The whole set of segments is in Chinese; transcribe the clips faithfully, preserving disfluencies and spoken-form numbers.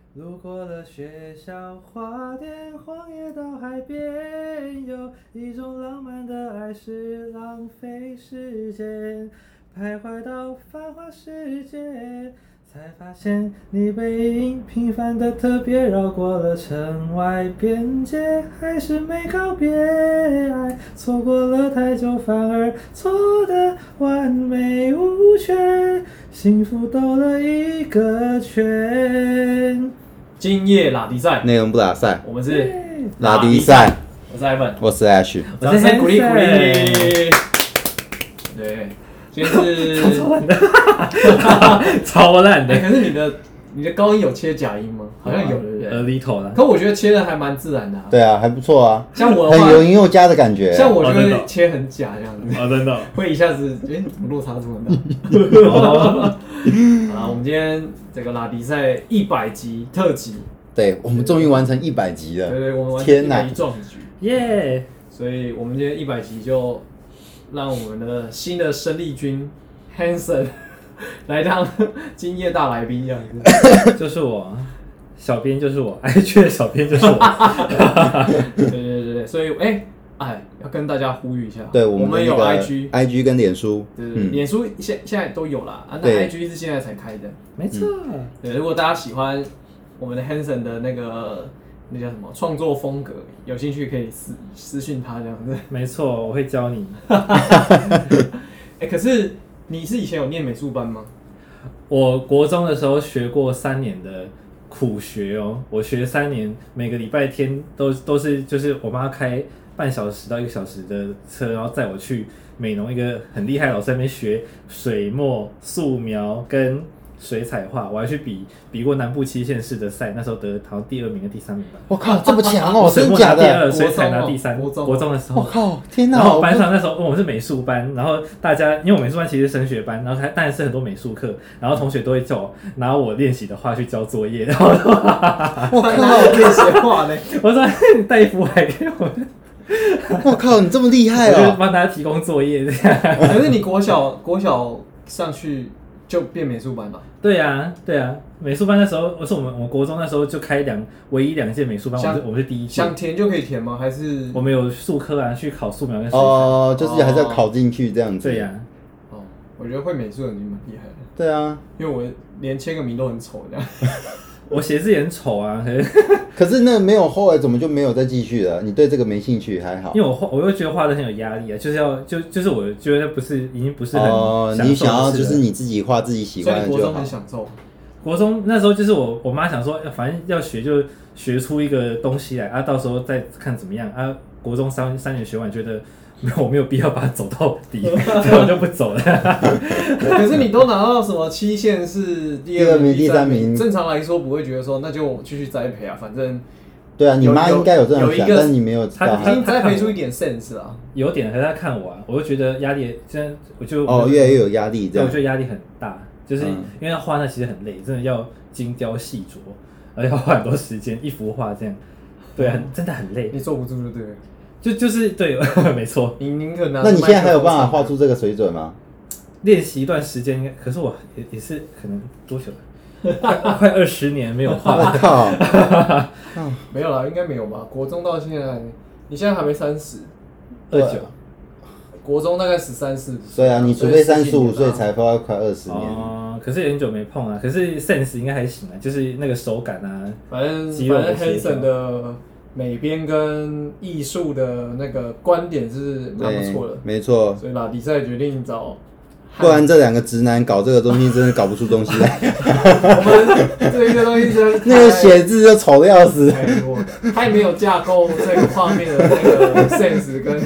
路过了学校花店，荒野到海边，有一种浪漫的爱是浪费时间，徘徊到繁华世界，才发现你背影平凡的特别，绕过了城外边界，还是没告别，爱错过了太久，反而错得完美无缺，幸福兜了一个圈。 今夜拉迪赛， 内容不打赛， 我们是拉迪赛， 我是 Ivan， 我是 Ash， 掌声鼓励鼓励。对，今天是超烂的，超烂的。 欸、可是你的你的高音有切假音吗？好像有，对不对？ 呃，little 啦。 可我觉得切的还蛮自然的、啊。 对啊，还不错啊。 像我的话， 很有音又加的感觉。 像我就会切很假这样子。 哦，真的。 会一下子，哎、欸，怎么落差这么大？哦、好啦，我们今天这个拉迪赛一百集特辑， 对，我们终于完成一百集了。 对对，我们完成一百集壮举， 耶！ 所以我们今天一百集就让我们的新的生力军 Hanson 来当今夜大来宾这样子。 就是我，小编就是我，爱去的小编就是我。 对对对对，所以哎。欸哎，要跟大家呼吁一下， 对，我们, 我们有 I G，I G 跟脸书， 对对对，脸、嗯、书现现在都有啦，啊，那 I G 是现在才开的， 没错、 嗯。对，如果大家喜欢我们的 Hanson 的那个那叫什么创作风格，有兴趣可以私私讯他这样子。 没错，我会教你。 哎、欸，可是你是以前有念美术班吗？ 我国中的时候学过三年的苦学哦，我学三年，每个礼拜天都都是就是我妈开半小时到一个小时的车，然后载我去美浓一个很厉害的老师在那边学水墨、素描跟水彩画，我还去比比过南部七县市的赛，那时候得好像第二名跟第三名吧。 我靠，这么强哦！ 水墨拿第二，水彩拿第三。 国中、哦、 国中的时候， 我靠，天哪！ 然后班上那时候我们是美术班，然后大家因为我美术班其实是升学班，然后当然是很多美术课，然后同学都会叫我拿我练习的画去交作业，然后我靠，练习画呢？ 我说你带一幅画给我。 我靠，你这么厉害哦！ 我就帮大家提供作业这样。 可是你国小国小上去就变美术班了？ 对啊，对啊，美术班那时候，我是我们我们国中那时候就开两唯一两届美术班，我们是我们是第一届。 想填就可以填吗？还是我们有术科啊，去考素描跟水彩。 哦，就是还是要考进去这样子。 对呀、 啊。哦，我觉得会美术的人蛮厉害的。 对啊， 因为我连签个名都很丑这样。 我写字也很丑啊，可是可是那没有后来怎么就没有再继续了？你对这个没兴趣还好？ 因为我我又觉得画的很有压力啊，就是要就就是我觉得不是已经不是很哦，你想要就是你自己画自己喜欢的就好。 所以国中很享受。 国中那时候就是我我妈想说，反正要学就学出一个东西来啊，到时候再看怎么样啊。国中三三年学完，觉得我没有必要把它走到底，所以我就不走了。 可是你都拿到什么七县市第二名、第三名，正常来说不会觉得说，那就我继续栽培啊，反正。 对啊，你妈应该有这样想，但是你没有知道。 她已经栽培出一点 sense 啊。 有点，可是她看我啊，我就觉得压力，现在我就哦，越来越有压力，这样。 我觉得压力很大，就是因为画那其实很累，真的要精雕细琢，而且要花很多时间，一幅画这样，对啊，真的很累。 你坐不住就对了。 就就是对，没错。 你宁可拿。 那你现在还有办法画出这个水准吗？ 练习一段时间应该，可是我也也是可能多久了？快快二十年没有画。 我靠！ 没有啦，应该没有吧？国中到现在，你现在还没三十， 二九。 国中大概十三四。 对啊，你除非三十五岁才花快二十年。 哦，可是很久没碰啊。可是 sense 应该还行啊，就是那个手感啊， 反正反正 Hanson 的美编跟艺术的那个观点是蛮不错的， 没错。 所以拉迪赛决定找。 不然这两个直男搞这个东西，真的搞不出东西来。 我们这个东西真的那个写字就丑的要死， 太没有架构这个画面的那个 sense 跟，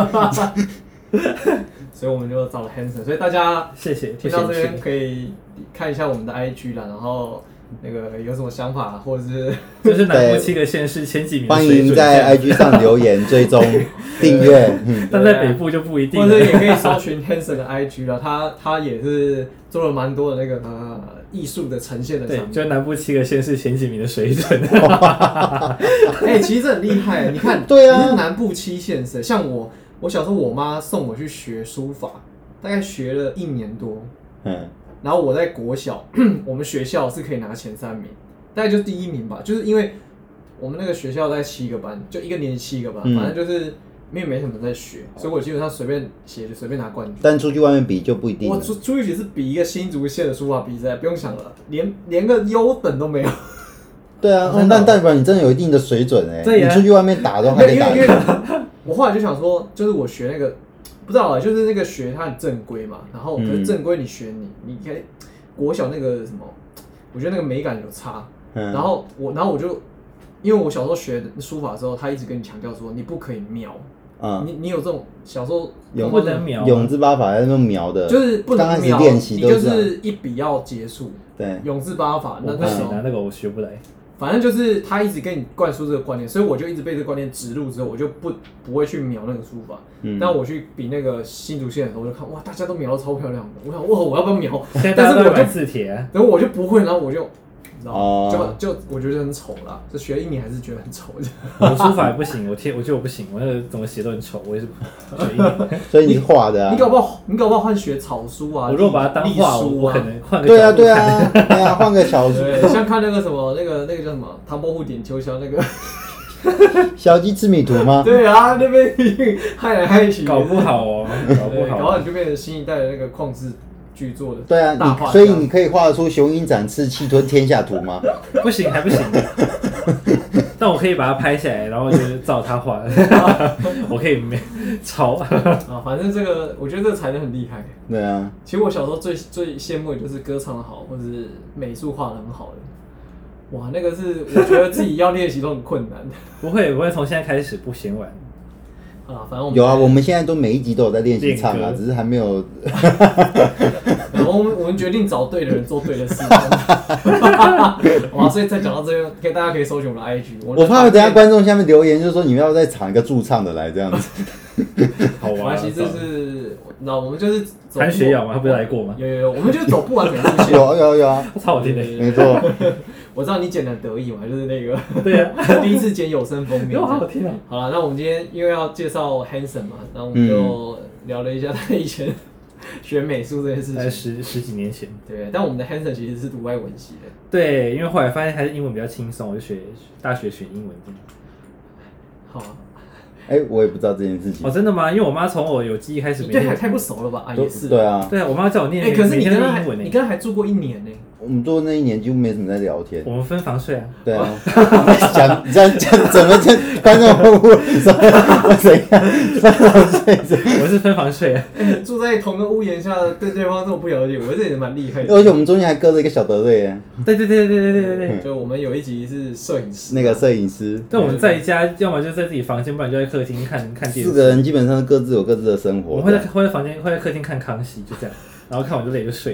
所以我们就找了 Hanson。所以大家谢谢听到这边可以看一下我们的 I G 啦，然后那个有什么想法或者是就是南部七个县市前几名， 欢迎在 I G 上留言、追踪、订阅。 但在北部就不一定， 或者也可以搜寻 Hanson 的 I G 啦，他他也是做了蛮多的那个呃艺术的呈现的上面， 对，就南部七个县市前几名的水准。 哎、欸，其实这很厉害，你看， 对啊， 你是南部七县市，像我，我小时候我妈送我去学书法，大概学了一年多，嗯。然后我在国小，我们学校是可以拿前三名， 大概就是第一名吧，就是因为我们那个学校大概七个班，就一个年级七个班，嗯、反正就是因为没什么人在学，所以我基本上随便写就随便拿冠军。 但出去外面比就不一定了。 我出出去只是比一个新竹县的书法比赛，不用想了，连连个优等都没有。 对啊，嗯、但代表你真的有一定的水准哎、欸，你出去外面打都还得打赢。 我后来就想说，就是我学那个不知道啊，就是那个学它很正规嘛，然后可是正规你学你你可以国小那个什么，我觉得那个美感有差。嗯、然后我然后我就因为我小时候学书法的时候，他一直跟你强调说你不可以描。嗯、你你有这种小时候不能描永字八法在那种描的， 就是不能描， 练习你就是一笔要结束。 对， 永字八法那不行啊，那个我学不来。 反正就是他一直跟你灌输这个观念，所以我就一直被这个观念植入之后，我就不不会去描那个书法。嗯，但我去比那个新竹县的时候，我就看哇，大家都描得超漂亮的，我想哇，我要不要描？但是我就字帖， 然后我就不会，然后我就。哦，就就我觉得很丑啦，就学一年还是觉得很丑。 我书法也不行，我贴我觉得我不行，我那个怎么写都很丑，我也是学一年。 所以你画的啊？ 你搞不好你搞不好换学草书啊？ 我如果把它当画，我可能换个对啊对啊对啊，换个小书。 像看那个什么那个那个叫什么《唐伯虎点秋香》那个小鸡吃米图吗？ 对啊，那边害来害去， 搞不好哦，搞不好， 搞不好你就变成新一代的那个旷世巨作的。 对啊，你所以你可以画得出雄鹰展翅，气吞天下图吗？ 不行，还不行。但我可以把它拍下来，然后就是照他画。我可以抄啊， 反正这个我觉得这个才能很厉害。 对啊， 其实我小时候最最羡慕的就是歌唱得好，或者是美术画得很好的。哇，那个是我觉得自己要练习都很困难的。 不会，我会从现在开始不嫌晚。 啊，反正我们有啊，我们现在都每一集都有在练习唱啊，只是还没有。 我们我们决定找对的人做对的事。哇，所以再讲到这边，可以大家可以搜寻我们的 I G。 我怕等一下观众下面留言，就是说你们要再抢一个驻唱的来这样子。 好玩。没关系，这是那我们就是韩学友嘛，他不是来过吗？ 有有有，我们就是走不完美路线。 有有有啊， 超好听的， 没错。 我知道你剪得很得意嘛，就是那个对啊， 第一次剪有声封面， 好好听啊。 好了，那我们今天因为要介绍 Hanson 嘛，然后我们就聊了一下他以前学美术这件事情， 在十十几年前。 对，但我们的 Hanson 其实是读外文系的。 对，因为后来发现还是英文比较轻松，我就学大学选英文。 好、啊。 哎、欸，我也不知道这件事情。 哦，真的吗？因为我妈从我有记忆开始， 你对还太不熟了吧？啊，也是。 对啊。 对啊，我妈叫我念。 哎、欸，可是你跟她， 你跟她还住过一年呢、欸。 我们住那一年就没什么在聊天。 我们分房睡啊。 对啊。讲这样讲怎么这观众会问说我怎样分房睡？ 我是分房睡啊。 欸、住在同个屋檐下，对对方这么不了解，我这也蛮厉害的。 而且我们中间还隔着一个小德瑞耶。 对对对对对对对对。 就我们有一集是摄影师， 那个摄影师。 但我们在家，要么就在自己房间，不然就在客厅看看电视。 四个人基本上各自有各自的生活。 我们会在会在房间，会在客厅看康熙，就这样，然后看完就累就睡。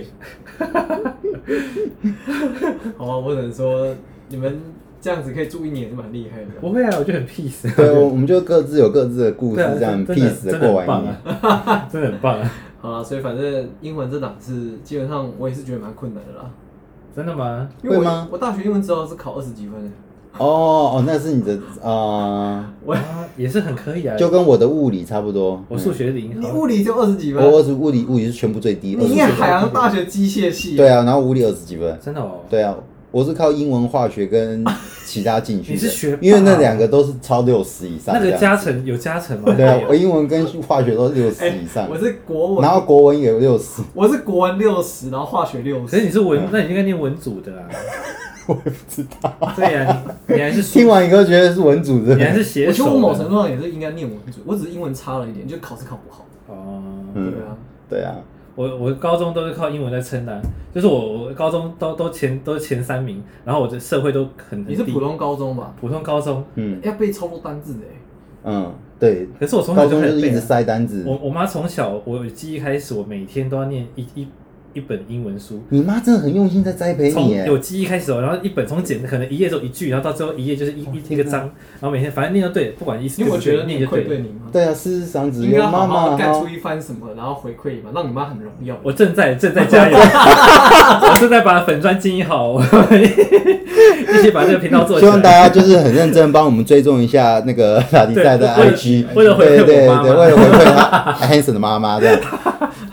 好吧，我只能说你们这样子可以住一年是蛮厉害的。 不会啊，我觉得很 peace。 对，我们就各自有各自的故事，这样 peace 的过完一年， 真的很棒啊！ 好啦，所以反正英文这档是基本上我也是觉得蛮困难的啦。 真的吗？ 会吗？ 我大学英文只要是考二十几分的。 哦哦，那是你的啊， 我也是很可以啊， 就跟我的物理差不多。 我数学是零， 你物理就二十几分， 我二十物理物理是全部最低。 你念海洋大学机械系， 对啊，然后物理二十几分， 真的哦。 对啊，我是靠英文、化学跟其他进去的。 你是学， 因为那两个都是超六十以上。 那个加成有加成吗？ 对啊，我英文跟化学都是六十以上。 我是国文， 然后国文也有六十。 我是国文六十，然后化学六十。 可是你是文，那你应该念文组的啊。 我也不知道。 对呀、啊，你你还是听完以后觉得是文组的， 你还是写手。 我觉得我某程度上也是应该念文组，我只是英文差了一点，就考试考不好。 哦， 嗯、 对啊， 对啊。 我我高中都是靠英文在撑的，就是我我高中都都前都前三名，然后我的社会都很低。 你是普通高中吧？ 普通高中， 嗯， 要背超多单字的。 嗯，对。 可是我从小就高中就是一直塞单字。 我我妈从小我记忆开始，我每天都要念一一。一本英文书， 你妈真的很用心在栽培你耶。 从有记忆开始哦，然后一本从简可能一页只有一句，然后到最后一页就是一、哦、一个章，然后每天反正念就对，不管意思。 因为我觉得念就对对你吗？ 对啊，事实上只应该好好干出一番什么，然后回馈嘛，让你妈很荣耀。 我正在正在加油，我正在把粉专经营好，一起把这个频道做起来。 希望大家就是很认真帮我们追踪一下那个拉迪赛的 I G， 为了回馈我妈妈， 对对对，为了回馈他 Hanson 的妈妈这样。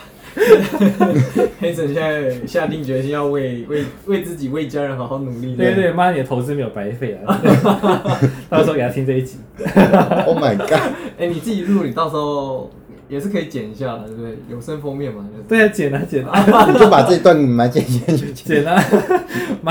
黑神现在下定决心要为为为自己为家人好好努力。 对对，妈，你的投资没有白费啊！到时候给他听这一集。 Oh my god！ 哎、欸，你自己录，你到时候也是可以剪一下的，对不对？有声封面嘛。就是、 对啊，剪啊剪啊！ 你就把这段埋进去。 剪啊，妈！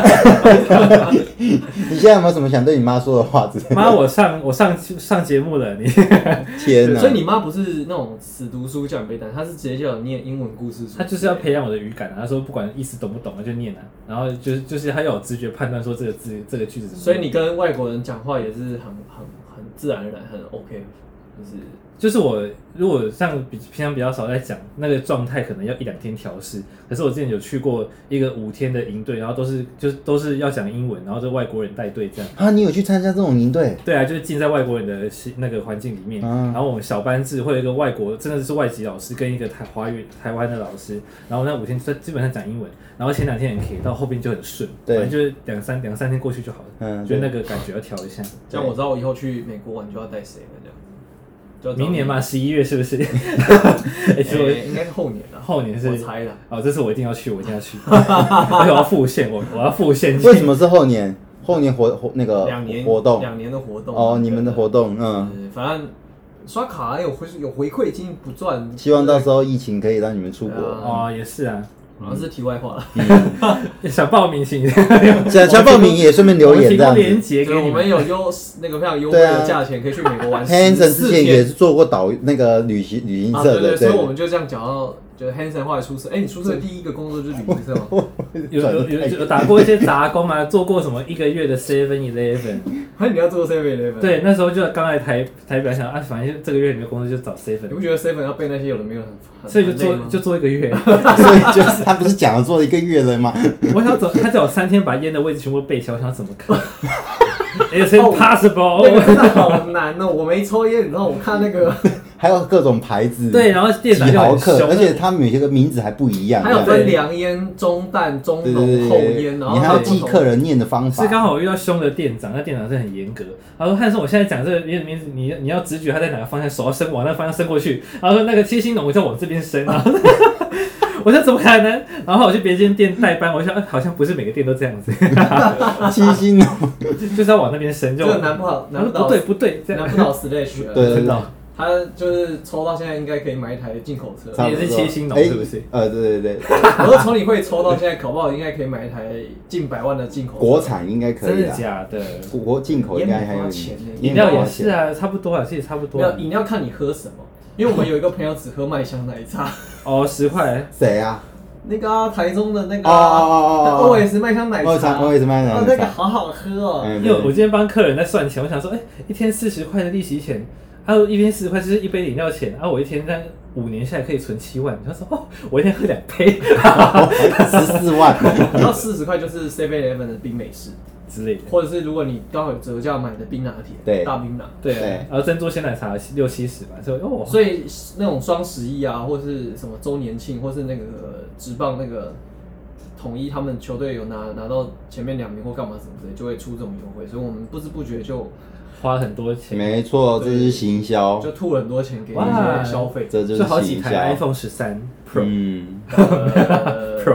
你现在有没有什么想对你妈说的话？ 妈，我上我上上节目了，你天哪！ 所以你妈不是那种死读书叫你背单，她是直接叫你念英文故事书。 她就是要培养我的语感啊。她说不管意思懂不懂就念啊，然后就是就是她要有直觉判断说这个字这个句子怎么。 所以你跟外国人讲话也是很很很自然而然，很 OK， 就是。 就是我如果像比平常比较少在讲那个状态，可能要一两天调试。可是我之前有去过一个五天的营队，然后都是就是都是要讲英文，然后就外国人带队这样。 啊，你有去参加这种营队？ 对啊，就是浸在外国人的那个环境里面，嗯、然后我们小班制会有一个外国真的是外籍老师跟一个台华语台湾的老师，然后那五天基本上讲英文，然后前两天很可以，到后边就很顺，反正就是两三两三天过去就好了。嗯，就那个感觉要调一下。 这样我知道我以后去美国玩就要带谁了这样。 明年嘛，十一月是不是？哎、 欸，其实我应该是后年了。 后年是我猜的。 哦，这次我一定要去，我一定要去，而且我要付现，我我要付现金。 为什么是后年？后年活活那个两年活动， 两年的活动。 哦，你们的活动，嗯， 反正刷卡有回有回馈金不赚。 希望到时候疫情可以让你们出国。 哦，也是啊。 好像是题外话了， 嗯、想报名请想想报名也顺便留言这样子。 连结给我们有优那个非常优惠的价钱，可以去美国玩。 Hanson 之前也是做过导那个旅行旅行社的， 啊、对, 对, 对，所以我们就这样讲到，就是 Hanson 后来出社，哎、欸，你出社第一个工作就是旅行社吗？ 有有有有打过一些杂工啊，做过什么一个月的 Seven Eleven， 还你要做 Seven Eleven？ 对，那时候就刚来台台北想啊，反正这个月你的工作就找 Seven。 你不觉得 Seven 要背那些有的没有很， 所以就做就做一个月， 所以就是他不是讲了做一个月了吗？ 我想走，他叫我三天把烟的位置全部背起来，我想怎么看？It's impossible， 那个真的好难哦！我没抽烟，你知道，我看那个还有各种牌子， 对，然后店长就很凶， 而且他们有些个名字还不一样， 还有分凉烟、中淡、中浓、后烟，然后你还要记客人念的方法。 是刚好我遇到凶的店长，那店长是很严格。他说：“汉森，我现在讲这个烟的名字，你你要直觉他在哪个方向，手要伸往那个方向伸过去。”然后说那个七星浓，我就往这边伸啊。我说怎么可能？然后我去别间店代班，我想、啊、好像不是每个店都这样子。 七星浓就是要往那边伸，就这个难不好，难不不对不对， 难不倒 Slash 了。 对对对。 他就是抽到现在应该可以买一台进口车， 也是七星浓是不是？ 呃，对对对。 我说从你会抽到现在，搞不好应该可以买一台近百万的进口车。 国产应该可以。 真的假的？ 国进口应该还有钱呢。 饮料也是啊，差不多啊，其实差不多。 没有饮料看你喝什么，因为我们有一个朋友只喝麦香奶茶。 哦，十块。 谁啊？ 那个、啊、台中的那个、 啊、哦哦哦哦 O S 麦香奶茶 ，O S 麦香奶茶， 哦，那个好好喝哦。 因为我今天帮客人在算钱，我想说，哎、欸，一天四十块的利息钱。还有一天四十块就是一杯饮料钱，啊，我一天在五年下来可以存七万。他说哦，我一天喝两杯， 十四万。 然后四十块就是 Seven Eleven 的冰美式之类的， 或者是如果你刚好有折价买的冰拿铁， 对， 大冰拿， 对，然后珍珠鲜奶茶六七十吧，所以哦， 所以那种双十一啊，或是什么周年庆，或是那个职棒那个统一，他们球队有拿拿到前面两名或干嘛什么之类，就会出这种优惠，所以我们不知不觉就。 花很多钱， 没错，这是行销， 就吐了很多钱给一些消费， 这就是行销。 好几台 iPhone 十三 Pro， 嗯、 呃、，Pro，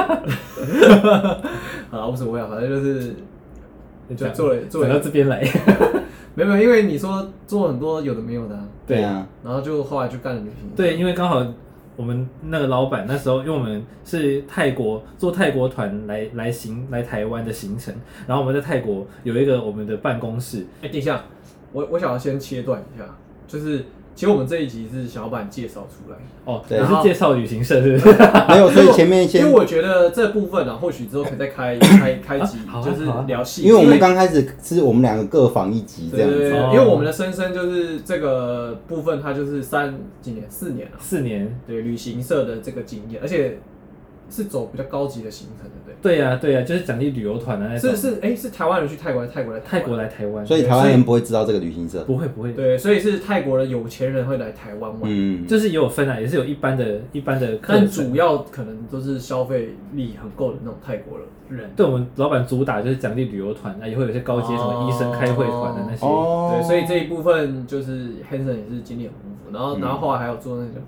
好了，无所谓啊，反正就是就做了做了到这边来， 没有没有，因为你说做很多有的没有的、啊， 对啊， 然后就后来就干了旅行， 对，因为刚好。我们那个老板那时候，因为我们是泰国做泰国团来来行来台湾的行程，然后我们在泰国有一个我们的办公室。 哎、欸，等一下，我我想要先切断一下，就是其实我们这一集是想要把你介绍出来哦，你是介绍旅行社是不是？ 没有，所以前面先， 因为我觉得这部分啊，或许之后可以再开开开集， 啊、 就是聊细， 因为我们刚开始是我们两个各访一集这样子， 对对对，因为我们的深深就是这个部分，它就是三几年四年了、啊， 四年， 对旅行社的这个经验，而且是走比较高级的行程，对不对？ 对呀、啊、对呀、啊，就是奖励旅游团的那种。 是是，哎、欸，是台湾人去泰国，泰国来泰国来台湾， 所以台湾人不会知道这个旅行社， 不会不会。 对，所以是泰国的有钱人会来台湾玩， 嗯，就是也有分啊，也是有一般的一般的客人， 但主要可能都是消费力很够的那种泰国人。 对，我们老板主打就是奖励旅游团啊，也会有一些高阶什么医生开会团的那些。 哦、对，所以这一部分就是 Hanson 也是经历很丰富，然后、嗯、然后后来还有做那个叫什么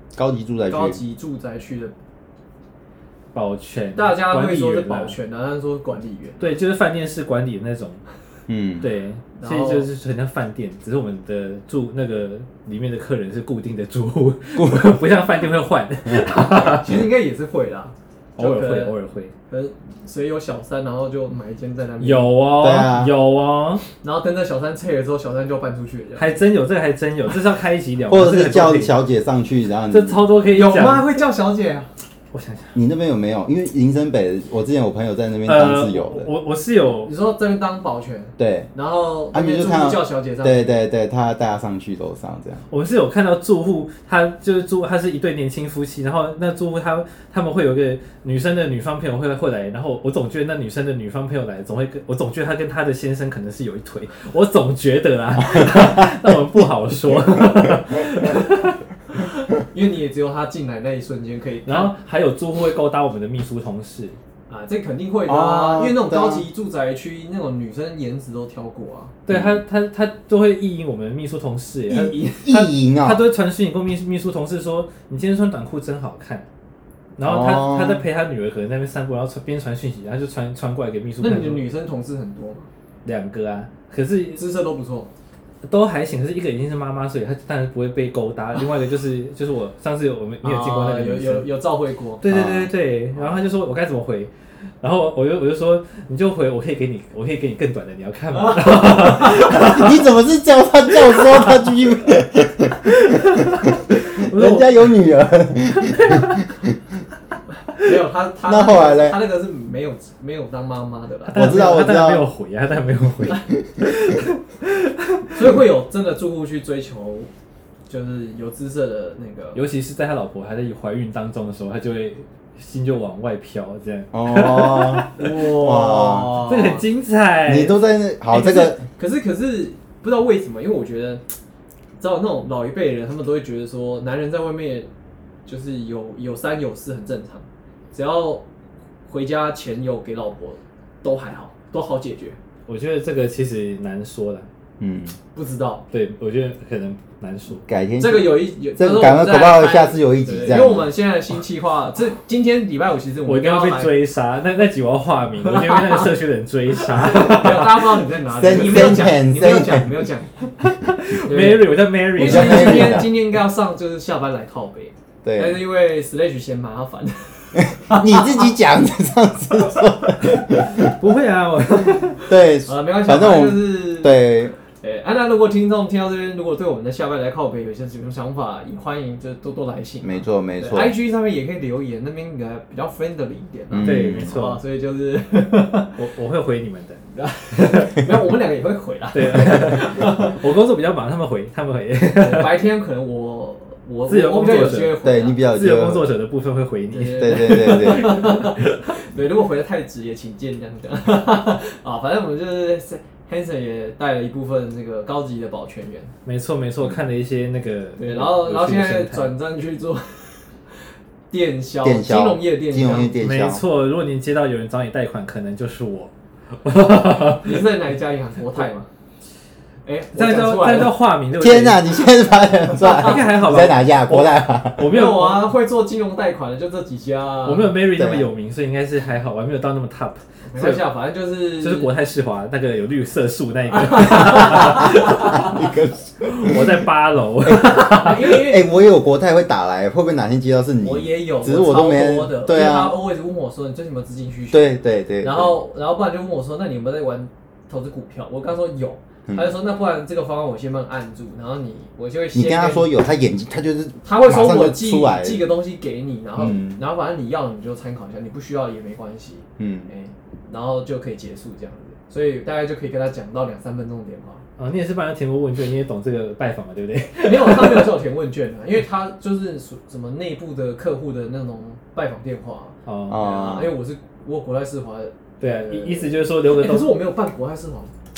高级住宅区， 高级住宅区的保全， 大家会说是管理员啊保全的，但是说管理员。 对，就是饭店式管理的那种。 嗯， 对，所以就是很像饭店，只是我们的住那个里面的客人是固定的住户，不像饭店会换。 其实应该也是会啦， 偶尔会，偶尔会。 呃，谁有小三，然后就买一间在那边。 有哦， 对啊， 有哦。 然后跟着小三拆了之后，小三就搬出去了。 还真有，这个还真有，这是要开一集聊。 或者是叫小姐上去，然后这超多可以讲。 有吗？会叫小姐啊？ 我想想， 你那边有没有？因为林森北，我之前我朋友在那边当室友的。 呃、我我是有， 你说这边当保全， 对， 然后啊，你就看到叫小姐上， 对对对，他带他上去楼上这样。 我们是有看到住户，他就是住，他是一对年轻夫妻，然后那住户他他们会有一个女生的女方朋友会会来，然后我总觉得那女生的女方朋友来，总会跟我总觉得他跟他的先生可能是有一腿，我总觉得啦，那我们不好说。 因为你也只有他进来那一瞬间可以， 然后还有住户会勾搭我们的秘书同事啊，这肯定会的啊，因为那种高级住宅区那种女生颜值都挑过啊。 对他他他都会意淫我们的秘书同事， 意淫意淫啊， 他都会传讯跟秘秘书同事说，你今天穿短裤真好看。然后他、哦、他在陪他女儿可能在那边散步，然后边传讯息，然后就传传过来给秘书。 那你的女生同事很多吗？ 两个啊，可是姿色都不错。 都还行，可是一个已经是妈妈，所以她当然不会被勾搭。另外一个就是就是我上次我们你有见过那个女生， 有有有照会过。 对对对对，然后他就说我该怎么回，然后我就我就说你就回，我可以给你我可以给你更短的，你要看吗？ 你怎么是叫他叫说他继续？人家有女儿。 没有他他那后来呢？ 他那个是没有没有当妈妈的啦。 我知道我知道， 他没有回啊，他当然没有回。 所以会有真的住户去追求，就是有姿色的那个， 尤其是在他老婆还在怀孕当中的时候，他就会心就往外飘，这样。 哦， 哇，这个很精彩。 你都在那好、欸、这个， 可是可是不知道为什么，因为我觉得，知道那种老一辈人，他们都会觉得说，男人在外面就是有有三有四很正常，只要回家钱有给老婆，都还好，都好解决。 我觉得这个其实难说啦。 嗯， 不知道。 对，我觉得可能难说。 改天这个有一有， 这个感觉搞不好下次有一集这样。 因为我们现在的新企划，这今天礼拜五其实我我一定要被追杀，那那集我要化名，我就被那个社区的人追杀。 没有，大家不知道你在哪里，你没有讲，你没有讲，你没有讲。 Mary， 我叫 Mary。 我今天今天应该要上，就是下班来靠北。 对。 但是因为 Slash 嫌麻烦。 你自己讲的上次说。 不会啊，我。 对。 啊，没关系， 反正我就是对。 哎，啊，那如果听众听到这边，如果对我们的下班来靠北有些什么想法，也欢迎就多多来信。 没错没错 ，I G 上面也可以留言，那边比较 friendly 一点。 嗯、对，没错。 所以就是我我会回你们的， 没有，我们两个也会回啦。 对，我工作比较忙，他们回，他们回。 白天可能我我自由工作者， 对你比较自由工作者的部分会回你。 对对对对对，如果回的太直也请见这样子。啊，反正我们就是。Hanson 也带了一部分那个高级的保全员， 没错没错，看了一些那个对，然后然后现在转战去做电销， 电销金融业电销， 金融业电销， 没错。如果您接到有人找你贷款，可能就是我。 你是在哪一家银行？国泰吗？哎， 这样叫这样叫化名对不对？天哪，你现在把人出来， 应该还好吧？ 在哪家？国泰吧？ 我没有啊，会做金融贷款的就这几家。 我没有 Mary 那么有名，所以应该是还好，我还没有到那么 top。 没关系啊，反正就是就是国泰世华那个有绿色树那一个，我在八楼。 因为哎，我也有国泰会打来，会不会哪天接到是你？ 我也有， 只是我都没。对啊， 他 always 问我说你最近有没有资金需求？ 对对对。 然后然后不然就问我说，那你有没有在玩投资股票？我刚说有。他就说：“那不然这个方案我先帮你按住，然后你我就会先。” 你跟他说有，他眼睛他就是他会说我寄寄个东西给你，然后、嗯、然后反正你要你就参考一下，你不需要也没关系，嗯，哎、欸，然后就可以结束这样子，所以大概就可以跟他讲到两三分钟的电话。 哦，你也是帮他填过问卷，你也懂这个拜访嘛，对不对？ 没有，他没有叫我填问卷啊，因为他就是什么内部的客户的那种拜访电话哦、啊，因为我是我国泰世华， 对啊，意、呃、意思就是说留个。 欸、可是我没有办国泰世华。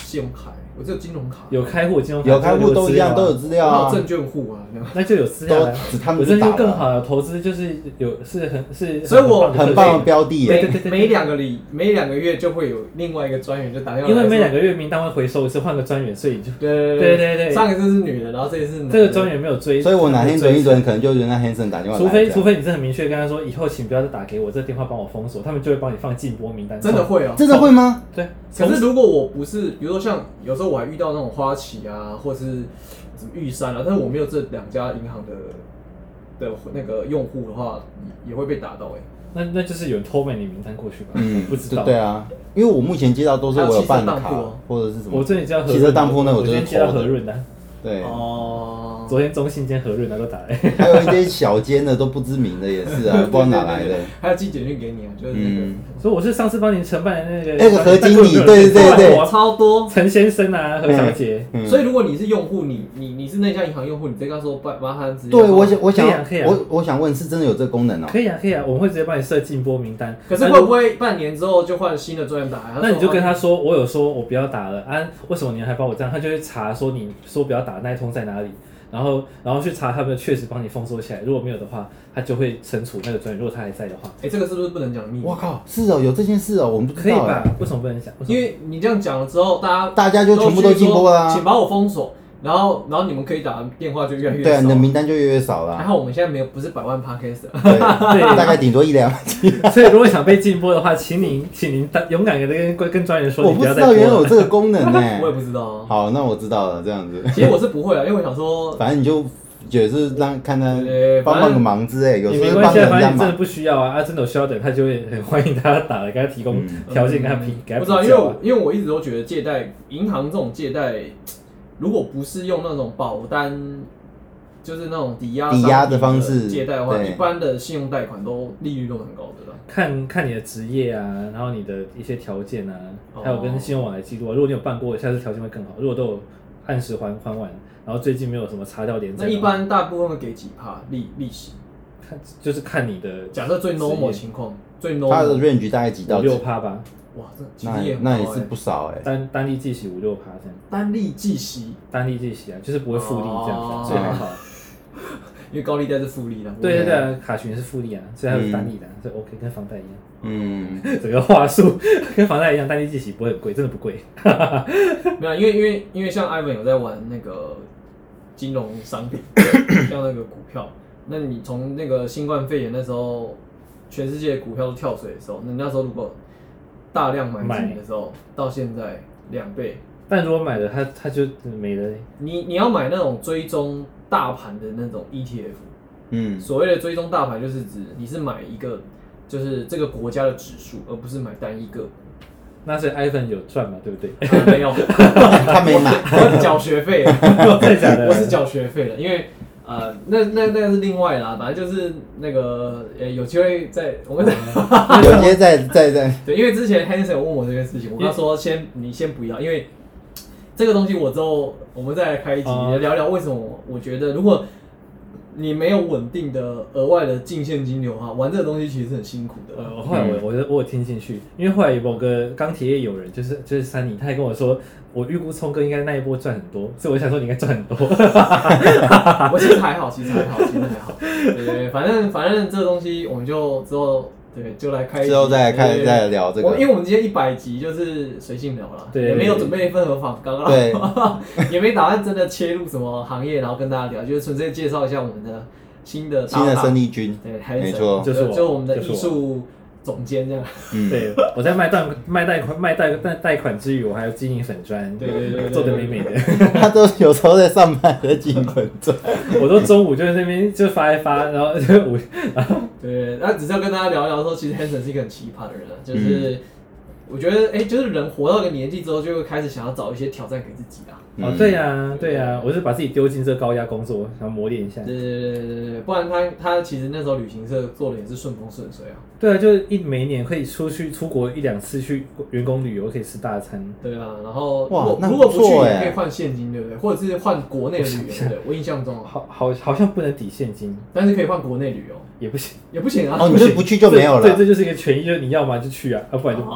信用卡，我只有金融卡。 有开户金融卡， 有开户都一样，都有资料啊。 我有证券户啊， 那就有资料啊。 他们有证券更好的投资就是有是很是， 所以我很棒的标的。 对对对，每两个礼每两个月就会有另外一个专员就打电话， 因为每两个月名单会回收一次，换个专员，所以就对对对对， 上一次是女的，然后这一次这个专员没有追， 所以我哪天轮一轮，可能就轮到 Hanson 打电话来。 除非除非你真的很明确跟他说，以后请不要再打给我，这电话帮我封锁，他们就会帮你放禁播名单。 真的会啊？ 真的会吗？ 对。 可是如果我不是，比如说像有时候我还遇到那种花旗啊，或是什么玉山啊，但是我没有这两家银行的的那个用户的话，也会被打到哎、欸。 那那就是有人偷买你名单过去吧？ 嗯， 不知道。 对啊，因为我目前接到都是我有办卡或者是什么。 我这里接到汽车当铺那我今天接到和润的。 对。 哦。 昨天中信间和润的都打来。 还有一些小间的都不知名的也是啊，不知道哪来的。 还有寄简讯给你啊，就是那个。 所以我是上次帮您承办的那个。 那个何经理，对对对对， 超多。 陈先生啊，何小姐。 所以如果你是用户，你你你是那家银行用户，你再跟他说麻烦直接。 对，我想我想可以啊， 我我想问，是真的有这个功能哦？ 可以啊，可以啊，我们会直接帮你设禁播名单。 可是会不会半年之后就换新的专员打？ 那你就跟他说，我有说我不要打了啊，为什么你还帮我这样？他就会查说你说不要打那一通在哪里。然后，然后去查他们确实帮你封锁起来，如果没有的话，他就会惩处那个专员。如果他还在的话， 哎，这个是不是不能讲秘密？ 我靠，是哦，有这件事哦，我们不知道。 可以吧？为什么不能讲？ 因为你这样讲了之后，大家大家就全部都禁播啦， 请把我封锁，然后然后你们可以打的电话就越来越少， 对，你的名单就越来越少了。 还好我们现在没有不是百万 podcast， 对，大概顶多一两万。 所以如果想被禁播的话，请您请您勇敢的跟跟专员说， 我不知道原来有这个功能呢， 我也不知道。 好，那我知道了，这样子。 其实我是不会啊，因为我想说， 反正你就。也是让看他帮帮个忙之类，有时候帮人家忙。反正真的不需要啊，啊真的有需要的人，他就会很欢迎大家打来，给他提供条件，给他批，给他。 不知道，因为我因为我一直都觉得借贷银行这种借贷，如果不是用那种保单，就是那种抵押抵押的方式借贷的话，一般的信用贷款都利率都很高的啦。 看看你的职业啊，然后你的一些条件啊，还有跟信用往来记录啊。如果你有办过，下次条件会更好。如果都有按时还还完。然后最近没有什么查掉连那一般大部分会给几趴利利息？ 看就是看你的假设最 normal 情况，最 normal 它的 range 大概几到六趴吧。 哇，这其实也那也是不少哎。 单单利计息五六趴这样。 单利计息， 单利计息啊，就是不会复利这样子，所以还好。 因为高利贷是复利的。 对对对，卡群是复利啊，所以它是单利的，所以 OK， 跟房贷一样。 嗯， 整个话术跟房贷一样，单利计息不会很贵，真的不贵。 没有，因为因为因为像 Ivan 有在玩那个金融商品，像那个股票，那你从那个新冠肺炎那时候，全世界股票都跳水的时候，那那时候如果大量买进的时候，到现在两倍。 但如果买了，它它就没了。 你你要买那种追踪大盘的那种 E T F， 嗯，所谓的追踪大盘就是指你是买一个就是这个国家的指数，而不是买单一个股。 那所以 Ivan 有赚嘛，对不对？ 呃、没有， 他没买， 我是缴学费， 真的假的？ 我是缴学费的，因为呃，那那那个是另外啦，反正就是那个呃，有机会再我们有机会再再再对，因为之前 Hanson 有问我这件事情，我跟他说先你先不要，因为这个东西我之后我们再来开一集、uh, 聊聊为什么我觉得如果你没有稳定的额外的净现金流哈，玩这个东西其实是很辛苦的。 呃，后来我我我有听进去，因为后来某个钢铁业友人就是就是三尼，他还跟我说，我预估聪哥应该那一波赚很多，所以我想说你应该赚很多。 我其实还好，其实还好，其实还好。对对对，反正反正这个东西我们就之后。对，就来开一集， 之后再来开再来聊这个。 因为我们今天一百集就是随性聊了，也没有准备任何访纲， 对， 也没打算真的切入什么行业，然后跟大家聊，就是纯粹介绍一下我们的新的新的生力军， 对， 没错， 就是就是我们的艺术总监这样。 嗯，对，我在卖贷卖贷款卖贷贷贷款之余，我还要经营粉专， 对对对， 做的美美的。 他都有时候在上班在经营粉专， 我都中午就在那边就发一发，然后就午，然后对，那只是要跟大家聊一聊说，其实 Hanson 是一个很奇葩的人啊，就是。嗯我觉得，哎、欸，就是人活到一个年纪之后，就会开始想要找一些挑战给自己啊。 哦，对呀、啊，对呀、啊，我是把自己丢进这高压工作，想要磨练一下。 对对对对对，不然他他其实那时候旅行社做的也是顺风顺水啊。 对啊，就是一每一年可以出去出国一两次去员工旅游，可以吃大餐。 对啊，然后哇， 如果如果不去，也可以换现金，对不对？或者是换国内的旅游，对不对？我印象中好好好像不能抵现金， 但是可以换国内旅游。 也不行， 也不行啊！ 哦，你就不去就没有了。 对，这就是一个权益，就是你要嘛就去啊，要不然就不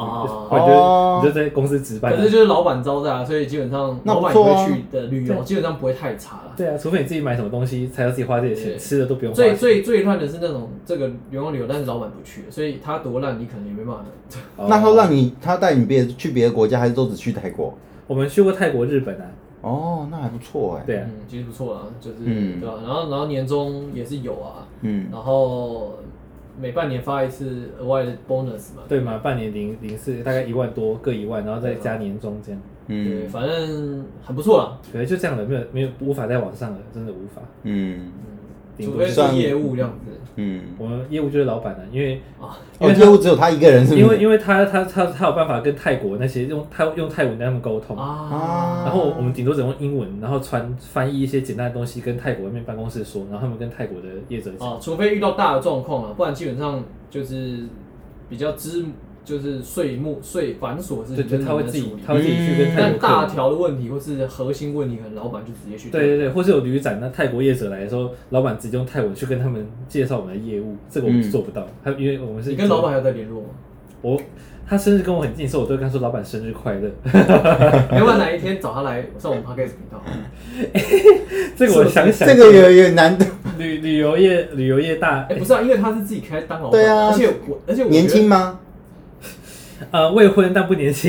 哦或者就你就在公司值班。 可是就是老板招待啊，所以基本上老板也会去的旅游，基本上不会太差了。 对啊，除非你自己买什么东西才要自己花这些钱，吃的都不用花。 最最最烂的是那种这个员工旅游，但是老板不去，所以他多烂你可能也没办法。 那他让你他带你别去别的国家，还是都只去泰国？ 我们去过泰国、日本啊。 哦，那还不错哎。 对啊， 嗯，其实不错啦，就是、 嗯、 对吧、啊？然后然后年终也是有啊， 嗯， 然后每半年发一次额外的 bonus 嘛。 对嘛，半年零零四大概一万多，各一万，然后再加年终这样。 嗯， 对，反正很不错啦。 可能就这样的，没有没有无法再往上了，真的无法。 嗯， 除非是业务这样子。 嗯，我们业务就是老板了，因为啊，因为业务只有他一个人，是不是？ 因为因为他他他他有办法跟泰国那些用他用泰文跟他们沟通啊， 然后我们顶多只用英文，然后传翻译一些简单的东西跟泰国那边办公室说，然后他们跟泰国的业者讲。 啊，除非遇到大的状况了，不然基本上就是比较支。就是税目税繁琐的事情， 对，他会自己他会自己去跟泰国。 但大条的问题或是核心问题，可能老板就直接去。 对对对，或是有旅展，那泰国业者来的时候，老板直接用泰文去跟他们介绍我们的业务，这个我们是做不到。他、嗯、因为我们是。 你跟老板还有在联络吗？ 我他生日跟我很近，所以我都会跟他说老板生日快乐。 要不然哪一天找他来上我们 podcast 频道？ 这个我想想， 这个有有难度。 旅旅游业旅游业大， 哎、欸，不是啊，因为他是自己开当老板， 对啊， 而且我而且我年轻吗？ 呃，未婚但不年轻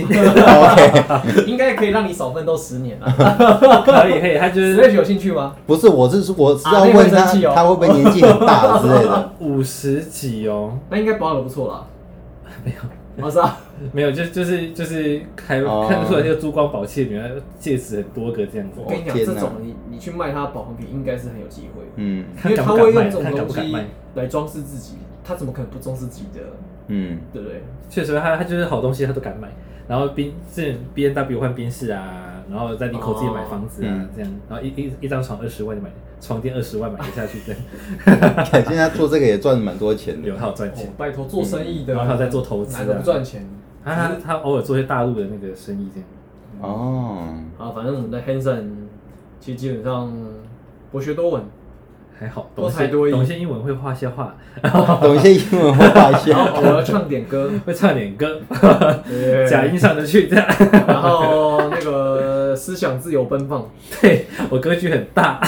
，OK， 应该可以让你少奋斗十年啊。 可以可以，他就是。 Slash 有兴趣吗？ 不是，我是我是要问他，啊哦、他会不会年纪很大之类的？ 五十几哦， 那应该保养的不错啦。 没有， 我是啊， 没有，就就是就是开、哦、看得出来这个珠光宝气的女儿戒指很多个这样子。 我跟你讲，这种你你去卖他保养品，应该是很有机会。 嗯， 因为他会用这种东西来装饰自己，他怎么可能不重视自己的？嗯，对不对？ 确实他，他就是好东西，他都敢买。然后宾是 B N W 换宾士啊，然后在林口自己买房子啊，哦、这样，然后一一一张床二十万就买，床垫二十万买得下去，这样。 现在做这个也赚蛮多钱的， 有他有赚钱、 哦。拜托，做生意的， 嗯、然后他在做投资、啊， 哪个不赚钱？ 他他他偶尔做些大陆的那个生意这样。 哦， 啊，反正我们的 Hanson 其实基本上博学多闻。 还好，懂些懂些英文，会画些画， 懂一些英文会画一些， 偶尔唱点歌， 会唱点歌，假音上得去这样。 然后那个思想自由奔放， 对我格局很大，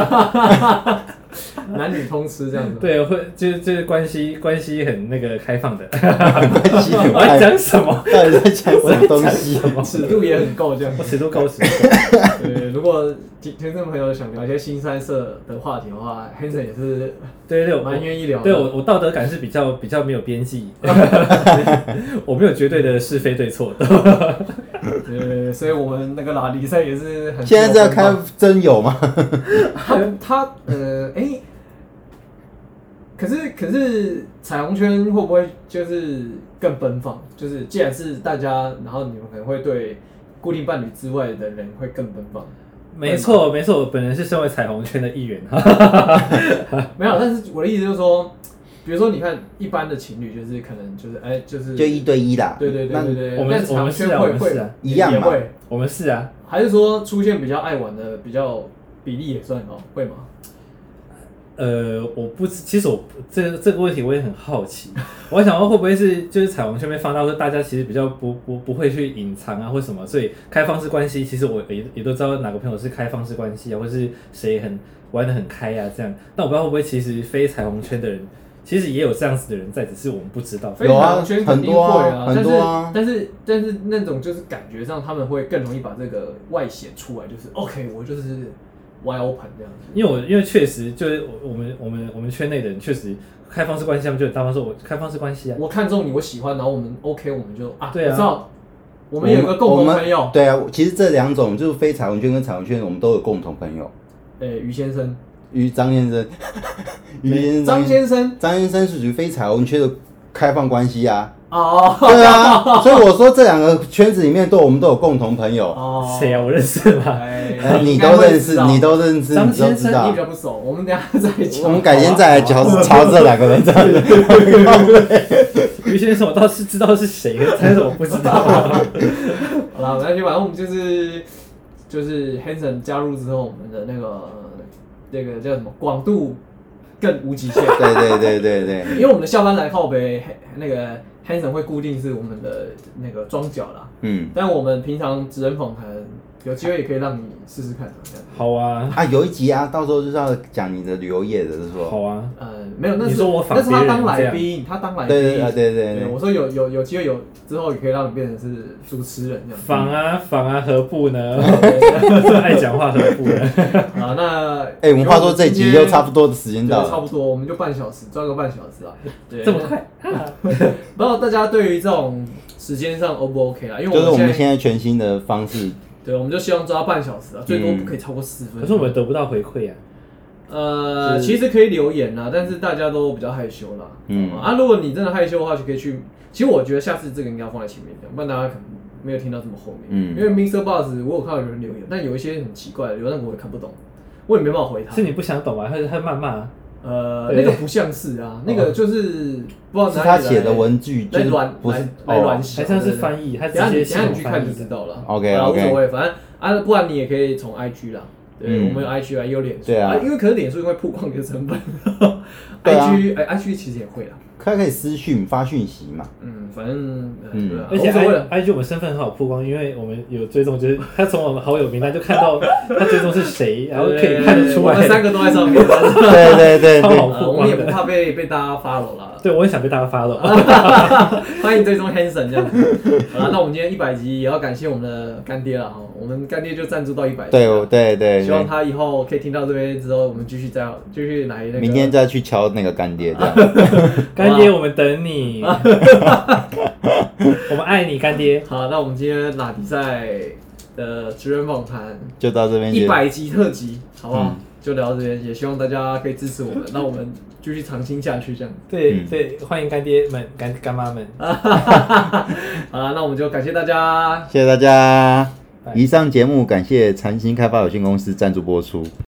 男女通吃这样子。 对，会就是就是关系关系很那个开放的。 关系很我在讲什么？ 到底在讲什么东西？ 尺度也很够，这样。 我尺度够，尺度够。 对，如果听众朋友想聊一些新三色的话题的话 ，Hanson 也是对对蛮愿意聊的。 对我我道德感是比较比较没有边际，我没有绝对的是非对错。 对，所以我们那个拉力赛也是很。 现在是要开真友吗？ 他他呃哎、欸，可是可是彩虹圈会不会就是更奔放？就是既然是大家，然后你们可能会对固定伴侣之外的人会更奔放。 没错没错，我本人是身为彩虹圈的一员。 没有，但是我的意思就是说。比如说，你看一般的情侣，就是可能就是哎、欸，就是就一对一啦。 对对对对对。 我们我们是啊，我们是啊， 一样嘛。 我们是啊， 还是说出现比较爱玩的，比较比例也算高，会吗？ 呃，我不，其实我这个这个问题我也很好奇，我想说会不会是就是彩虹圈被放大，说大家其实比较不不不会去隐藏啊或什么，所以开放式关系，其实我也也都知道哪个朋友是开放式关系啊，或是谁很玩得很开啊这样，但我不知道会不会其实非彩虹圈的人。其实也有这样子的人在，只是我们不知道。 有啊，很多啊， 很多啊。 但是但是那种就是感觉上他们会更容易把这个外显出来，就是 OK， 我就是 wide open 这样子。 因为我因为确实就是我们我们我们圈内的人确实开放式关系，他们就很大方说我开放式关系啊。 我看中你，我喜欢，然后我们 OK， 我们就啊， 对啊， 我知道我们有个共同朋友。 对啊，其实这两种就是非彩虹圈跟彩虹圈，我们都有共同朋友。 诶、欸，于先生。 于张先生，于先生， 张先生， 张先生是属于非彩虹圈的开放关系啊。 哦， 对啊，所以我说这两个圈子里面都我们都有共同朋友。 哦， 谁啊？我认识吗？ 哎，你都认识，你都认识， 张先生你比较不熟，我们等一下再讲。 我们改天再来聊朝这两个人这样子。 于先生，我倒是知道是谁，但是我不知道。 好了，没关系，反正我们就是就是 Hanson 加入之后，我们的那个。这个叫什么广度更无极限。 对对对对对， 因为我们的下班来靠北，那个 Hanson 会固定是我们的那个庄脚啦。嗯，但我们平常职人访谈有机会也可以让你试试看，这样。 好啊， 啊，有一集啊，到时候就是要讲你的旅游业的，是说。 好啊， 呃，没有，那是你说我那是他当来宾，他当来宾。 对对对对对。 对，我说有有有机会有之后也可以让你变成是主持人这样。 访啊访啊，何不呢？爱讲话何不呢？ 啊，那哎、欸，我们话说这一集就差不多的时间到了， 差不多，我们就半小时，抓个半小时啊。对， 这么快？ 不知道大家对于这种时间上 O 不 OK 啦？因为就是我们现在全新的方式。 对，我们就希望抓半小时啊，最多不可以超过四分钟。 可是我们得不到回馈啊。 呃，其实可以留言啦，但是大家都比较害羞啦。嗯啊，如果你真的害羞的话，就可以去。其实我觉得下次这个应该要放在前面讲，不然大家可能没有听到这么后面。嗯，因为 Mister Boss 我有看到有人留言，但有一些很奇怪的留言，我也看不懂，我也没办法回他。 是你不想懂啊，还是他谩骂？ 呃，那个不像是啊，那个就是不知道哪里来他写的文句来乱不是来乱写， 还像是翻译，他直接等下你去看就知道了。 OK OK， 无所谓，反正啊，不然你也可以从 I G 啦。对，嗯、我们有 I G 啊，也有脸书啊，因为可是脸书因为曝光你的成本，I G 哎 I G 其实也会啦， 他可以私讯发讯息嘛， 嗯，反正嗯， 而且 I G 我们身份很好曝光，因为我们有追踪，就是他从我们好友名单就看到他追踪是谁，然后可以看得出来， 我们三个都在上面， 对对对， 超好曝光的， 我们也不怕被被大家 follow 啦， 对我也想被大家 follow， 欢迎追踪 Hanson 这样子，好啦，那我们今天一百集也要感谢我们的干爹了哈，我们干爹就赞助到一百集， 对对对， 希望他以后可以听到这边之后，我们继续再继续来那个， 明天再去敲那个干爹这样， 干爹我们等你，我们爱你干爹。 好，那我们今天拉比赛的职人访谈就到这边， 一百集特辑，好不好？嗯、就聊到这边，也希望大家可以支持我们，让我们继续长青下去，这样。 对、嗯、对，欢迎干爹们、干干妈们。 好了，那我们就感谢大家， 谢谢大家。以上节目感谢禅心开发有限公司赞助播出。